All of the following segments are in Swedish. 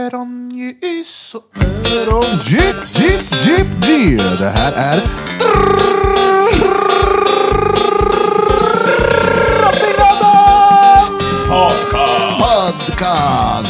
öronljus och öronjip, jip, jip, jip. Det här är Drottninggatan Podcast.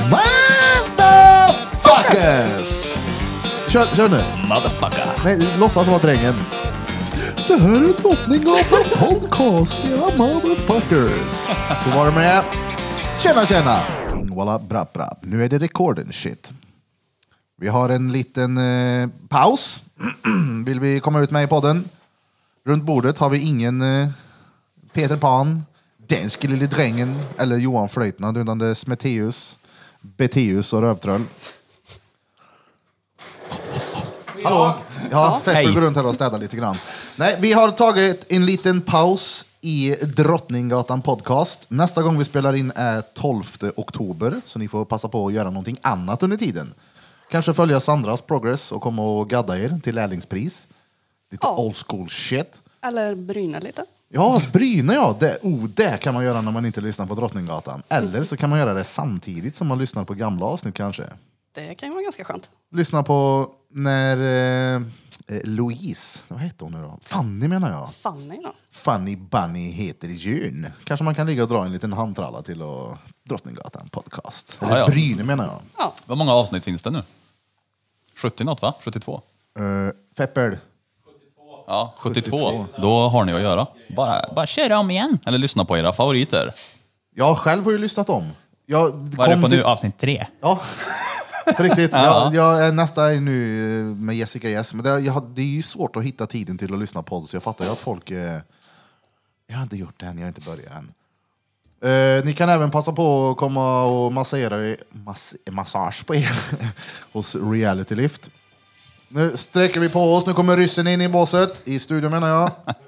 Motherfuckers. Kör nu. Motherfucker. Nej, låtsas vara drängen. Det här är Drottninggatan Podcast, era motherfuckers. Så var det med. Tjena. Walla brapp brapp. Nu är det rekorden shit. Vi har en liten paus. Vill vi komma ut med i podden? Runt bordet har vi ingen Peter Pan, danske lille drängen eller Johan Flöjtnant, utan det är Smeteus, Beteus och Rövtröll. Hallå? Ja, Feppel går runt här och städar lite grann. Nej, vi har tagit en liten paus i Drottninggatan Podcast. Nästa gång vi spelar in är 12 oktober, så ni får passa på att göra någonting annat under tiden. Kanske följa Sandras progress och komma och gadda er till lärlingspris. Lite old school shit. Eller bryna lite. Ja, bryna ja. Det kan man göra när man inte lyssnar på Drottninggatan. Eller så kan man göra det samtidigt som man lyssnar på gamla avsnitt kanske. Det kan ju vara ganska skönt. Lyssna på när Louise, vad heter hon nu då? Fanny menar jag. Fanny då. Fanny Bunny heter Jön. Kanske man kan ligga och dra en liten handtralla till och Drottninggatan Podcast. Eller Ja. Bryne menar jag. Ja. Hur många avsnitt finns det nu? 70 något va? 72? Feppel. Ja, 72. Då har ni att göra. Bara köra om igen. Eller lyssna på era favoriter. Jag själv har ju lyssnat om. Vad är det på nu? Avsnitt 3? Ja, på riktigt. Jag är nästa nu med Jessica Jess. Men det är ju svårt att hitta tiden till att lyssna på det. Så jag fattar ju att folk... jag har inte gjort det än, jag har inte börjat än. Ni kan även passa på att komma och massera massage på er hos Reality Lift. Nu sträcker vi på oss. Nu kommer ryssen in i båset. I studion menar jag.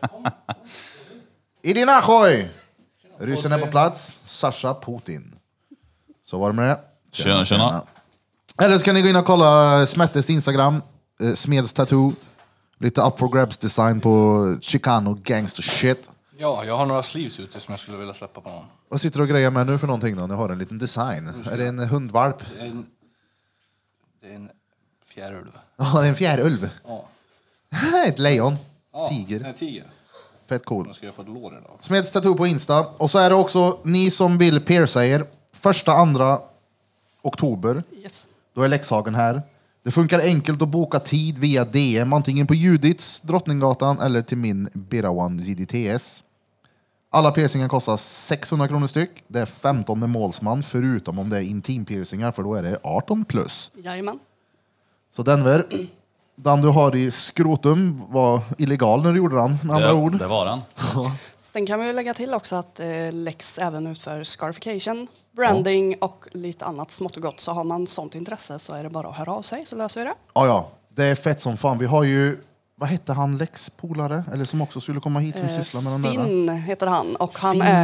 I din ahoj! Ryssen är på plats. Sasha Putin. Så var det med det. Tjena. Eller så kan ni gå in och kolla Smettes Instagram. Smeds Tattoo. Lite up for grabs design på Chicano gangster shit. Ja, jag har några sleeves ute som jag skulle vilja släppa på någon. Vad sitter du och grejer med nu för någonting då? Ni har en liten design. Är det en hundvalp? Det är en fjärulv. Ja, det är en fjärulv. Ja. Ett lejon. Ja, Tiger. En tiger. Fett cool. Jag ska göra på ett lår idag. Smeds Tattoo på Insta. Och så är det också ni som vill pierca er. 1-2 oktober. Yes. Då är Lekshagen här. Det funkar enkelt att boka tid via DM. Antingen på Judits Drottninggatan eller till min Birawan JDTS. Alla piercingar kostar 600 kronor styck. Det är 15 med målsman. Förutom om det är intimpiercingar. För då är det 18 plus. Jajamän. Så Denver. Den du har i skrotum var illegal när du gjorde den. Med andra ord. Det var den. Sen kan vi ju lägga till också att Lex även utför scarification, branding och lite annat smått och gott. Så har man sånt intresse så är det bara att höra av sig så löser vi det. Ja. Det är fett som fan. Vi har ju... Vad hette han? Lex polare? Eller som också skulle komma hit som sysslar med den där. Finn heter han. Och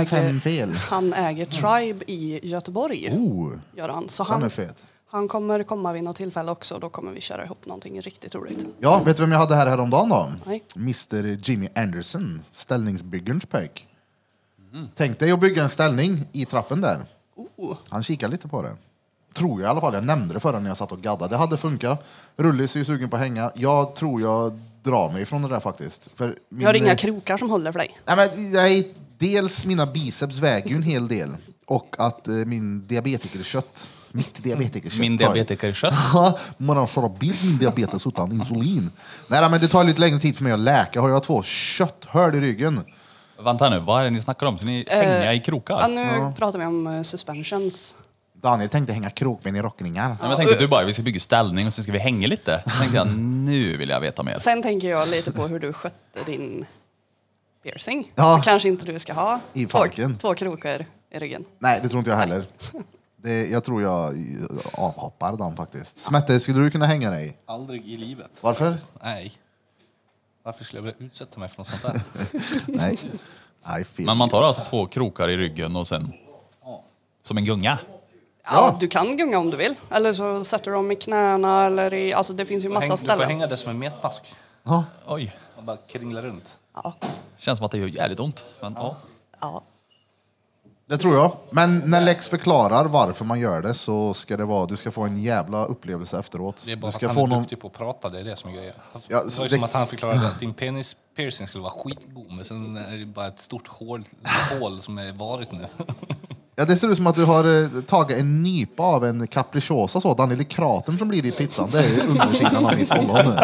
han äger Tribe i Göteborg. Gör han. Så Den är fet. han kommer komma vid något tillfälle också. Då kommer vi köra ihop någonting riktigt roligt. Ja, vet du vem jag hade häromdagen då? Nej. Mr Jimmy Anderson, ställningsbyggerns pek. Tänk dig att bygga en ställning i trappen där. Han kikar lite på det. Tror jag i alla fall. Jag nämnde det förrän när jag satt och gaddade. Det hade funkat. Rullis är ju sugen på att hänga. Jag tror jag drar mig från det där faktiskt. För Jag har inga krokar som håller för dig. Nej, dels mina biceps väger ju en hel del. Och att min diabetikerkött. Min diabetikerkött. Man har köra bild min diabetes utan insulin. Nej, men det tar lite längre tid för mig att läka. Har jag 2 kötthörd i ryggen? Vänta nu, vad är det ni snackar om? Så ni hänga i krokar? Ja, nu pratar vi om suspensions. Daniel tänkte hänga krokben i rockningar. Nej, men jag tänkte du bara, vi ska bygga ställning och så ska vi hänga lite. Då tänkte jag, nu vill jag veta mer. Sen tänker jag lite på hur du skötte din piercing. Ja. Så kanske inte du ska ha I falken. 2 krokar i ryggen. Nej, det tror inte jag heller. Jag tror jag avhoppar den faktiskt. Smette, skulle du kunna hänga dig? Aldrig i livet. Varför? Nej. Varför skulle jag vilja utsätta mig för något sånt där? Nej. Nej, fel. Men man tar alltså 2 krokar i ryggen och sen som en gunga. Ja, du kan gunga om du vill. Eller så sätter du dem i knäna eller i... Alltså det finns ju massa Du får ställen. hänga det som en metmask. Ja. Oj, Och bara kringla runt. Ja. känns som att det gör jävligt ont. Men, ja. Ja. Det tror jag. Men när Lex förklarar varför man gör det så ska det vara, du ska få en jävla upplevelse efteråt. Det är bara du ska att få han är duktig på att prata, det är det som är grejen. Ja, det var ju det- som att han förklarade att din penis piercing skulle vara skitgod, men sen är det bara ett stort hål som är varit nu. Ja, det ser ut som att du har tagit en nypa av en capricciosa så. Den lilla kratern som blir i pizzan, det är undersidan av mitt ollon nu.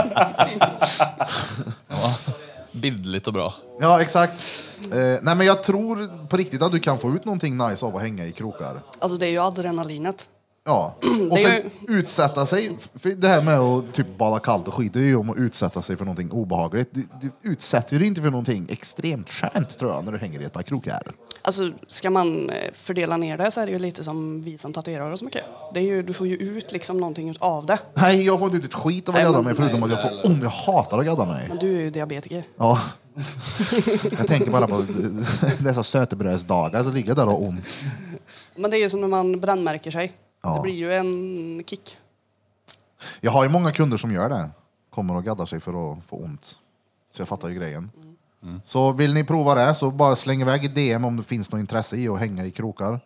Ja, bildligt och bra. Ja, exakt. Nej, men jag tror på riktigt att du kan få ut någonting nice av att hänga i krokar. Alltså det är ju adrenalinet. Ja, och Det är sen utsätta sig. För det här med att typ bada kallt och skit, det är ju om att utsätta sig för någonting obehagligt. Du utsätter dig inte för någonting extremt skönt tror jag när du hänger i ett par krokar. Alltså ska man fördela ner det så är det ju lite som vi som tatuerar oss mycket. Det är ju, du får ju ut liksom någonting av det. Nej, jag får inte ut ett skit av att Nej, gadda men- mig förutom att jag får ont. Jag hatar att gadda mig. Men du är ju diabetiker. Ja. Jag tänker bara på dessa sötebrödsdagar så ligger jag där och har ont. Men det är ju som när man brännmärker sig. Ja. Det blir ju en kick. Jag har ju många kunder som gör det. Kommer och gaddar sig för att få ont. Så jag fattar ju grejen. Så vill ni prova det så bara släng iväg i DM om det finns något intresse i att hänga i krokar.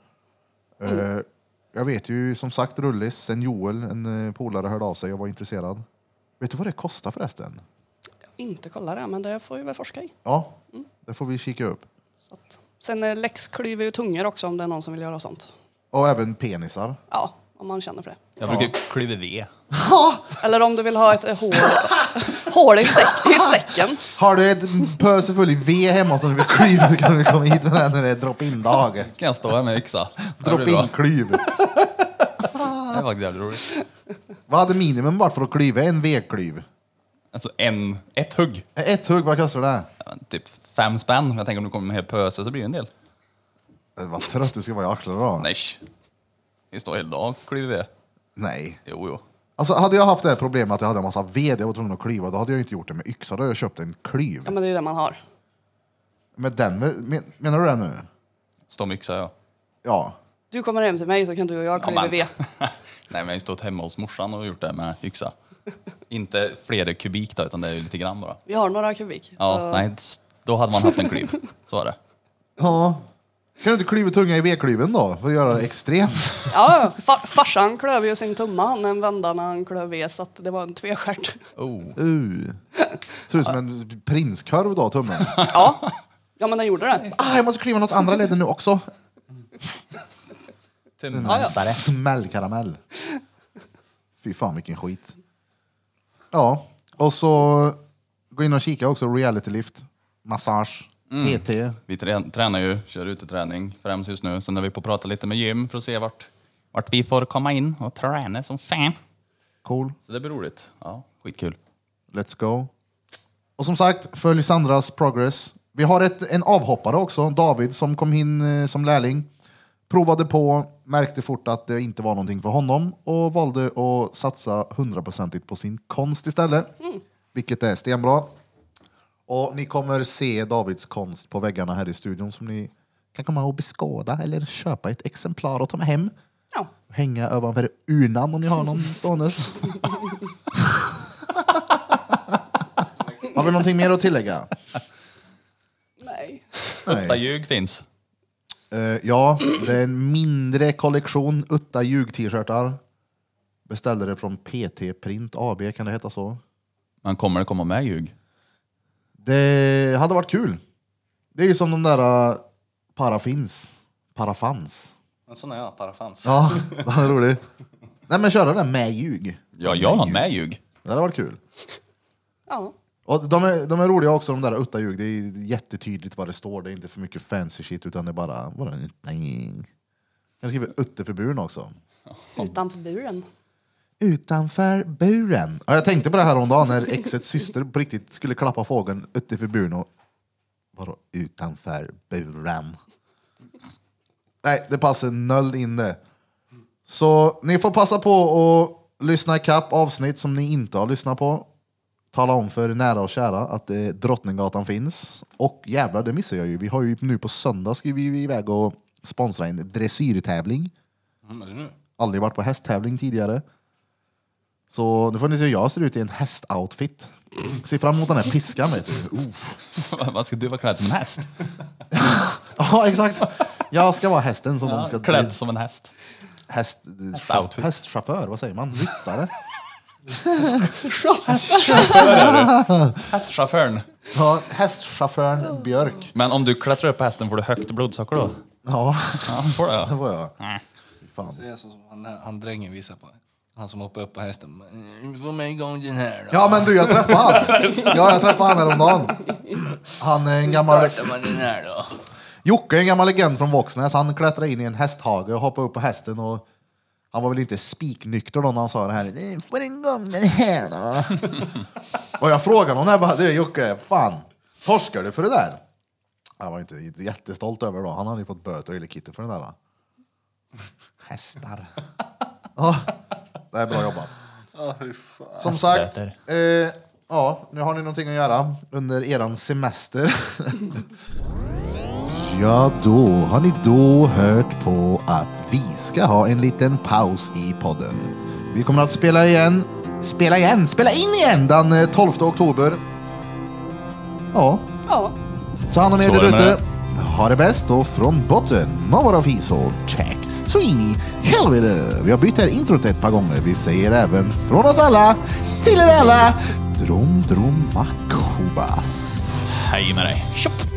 Jag vet ju som sagt Rullis, sen Joel, en polare hörde av sig och var intresserad. Vet du vad det kostar förresten? Inte kolla det, men det får vi väl forska i. Ja, det får vi kika upp. Så att. Sen Lex klyver ju tungor också om det är någon som vill göra sånt. Och även penisar. Ja, om man känner för det. Jag brukar klyva ved. Eller om du vill ha ett hål i säcken. Har du ett pöse full i ved hemma som du vill klyva kan du komma hit med den när det är drop-in-dag. Kan jag stå här med yxa? Det blir bra. Drop-in-klyv. Det är faktiskt jävligt roligt. Vad hade minimum varit för att klyva en vedklyv? Alltså ett hugg. Ett hugg, vad kostar det? Ja, typ 5 spänn. Jag tänker om du kommer med en hel pöse så blir det en del. Vad trött du ska vara i axlarna då. Nej. Vi står hela dagen och klyver ved. Nej. Jo. Alltså hade jag haft det här problemet att jag hade en massa ved jag var tvungen att klyva, då hade jag inte gjort det med yxa. Då hade jag köpt en klyv. Ja, men det är det man har. Med den, menar du det nu? Stå med yxa, ja. Ja. Du kommer hem till mig så kan du och jag klyva men- ved. Nej, men jag har stått hemma hos morsan och gjort det med yxa. Inte flera kubik då, utan det är ju lite grann bara. Vi har några kubik. Ja, Så- nej, då hade man haft en klyv. Så var det. Ja. Kan du inte klyva tunga i vedklyven då? För att göra det extremt. Ja, farsan klöv ju sin tumma han en vända när han klöv ved så att det var en tvestjärt. Oh. Ser ut som en prinskorv då, tummen. Ja, men den gjorde det. Jag måste klyva något andra leden nu också. Tummästare. Smällkaramell. Fy fan vilken skit. Ja, och så gå in och kika också. Reality lift, massage, PT. Vi tränar ju, kör uteträning främst just nu. Sen är vi på att prata lite med gym för att se vart vi får komma in och träna som fan. Cool. Så det blir roligt. Ja, skitkul. Let's go. Och som sagt, följ Sandras progress. Vi har en avhoppare också, David, som kom in som lärling. Provade på, märkte fort att det inte var någonting för honom och valde att satsa 100% på sin konst istället. Vilket är stenbra. Och ni kommer se Davids konst på väggarna här i studion som ni kan komma och beskåda eller köpa ett exemplar och ta med hem. Ja. Hänga ovanför urnan om ni har någon ståendes. Har vi någonting mer att tillägga? Nej. 8 ljug finns. Ja, det är en mindre kollektion 8 ljug-t-shirtar. Beställde det från PT Print AB, kan det heta så? Men kommer det komma med ljug? Det hade varit kul. Det är ju som de där parafans. En sån är jag, parafans. Ja, det är roligt. Nej men köra den med ljug. Ja, jag har med ljug. Det hade varit kul. Ja. Och de är roliga också, de där 8 ljug. Det är jättetydligt vad det står. Det är inte för mycket fancy shit, utan det är bara jag skriver utte för buren också. Utanför buren. Utanför buren. Ja, jag tänkte på det här om dagen när exets syster på riktigt skulle klappa fågeln utanför buren och vadå utanför buren? Nej, det passar noll in det. Så ni får passa på att lyssna ikapp avsnitt som ni inte har lyssnat på. Tala om för nära och kära att Drottninggatan finns. Och jävlar, det missar jag ju. Vi har ju nu på söndag ska vi iväg och sponsra en dressyrtävling. Är det nu? Aldrig varit på hästtävling tidigare. Så nu får ni se hur jag ser ut i en hästoutfit. Se fram emot den här piskan, vet du. Vad ska du vara klädd som en häst? Ja, exakt. Jag ska vara hästen som de ska... Klädd som en häst. Hästchaufför, vad säger man? Ryttare? Hästchauffören. Ja, hästchauffören Björk. Men om du klättrar upp på hästen får du högt blodsocker då? Ja, Ja, får du det ja. får jag. Fan. Det är så som han drängen visar på. Han som hoppar upp på hästen. Få mig igång den här då. Ja, men du, jag träffade han. Ja, jag träffade han häromdagen. Han är en gammal... Startar man den här då? Jocke är en gammal legend från Våxnäs. Han klättrade in i en hästhage och hoppade upp på hästen och han var väl inte spiknykter då när han sa det här. Får igång den här då. Och jag frågade honom, jag bara, du Jocke, fan, forskar du för det där? Jag var inte jättestolt över det då. Han hade ju fått böter eller kittet för det där. Hästar. Ja, det är bra jobbat. Som sagt, ja, nu har ni någonting att göra under eran semester. Ja, då har ni då hört på att vi ska ha en liten paus i podden. Vi kommer att spela in igen den 12 oktober. Ja. Så hand om er där ute. Ha det bäst och från botten av våra fishål. Check. Så in i helvete. Vi har bytt här introt ett par gånger. Vi säger även från oss alla till er alla. Drom makobas. Hej med dig. Tjopp!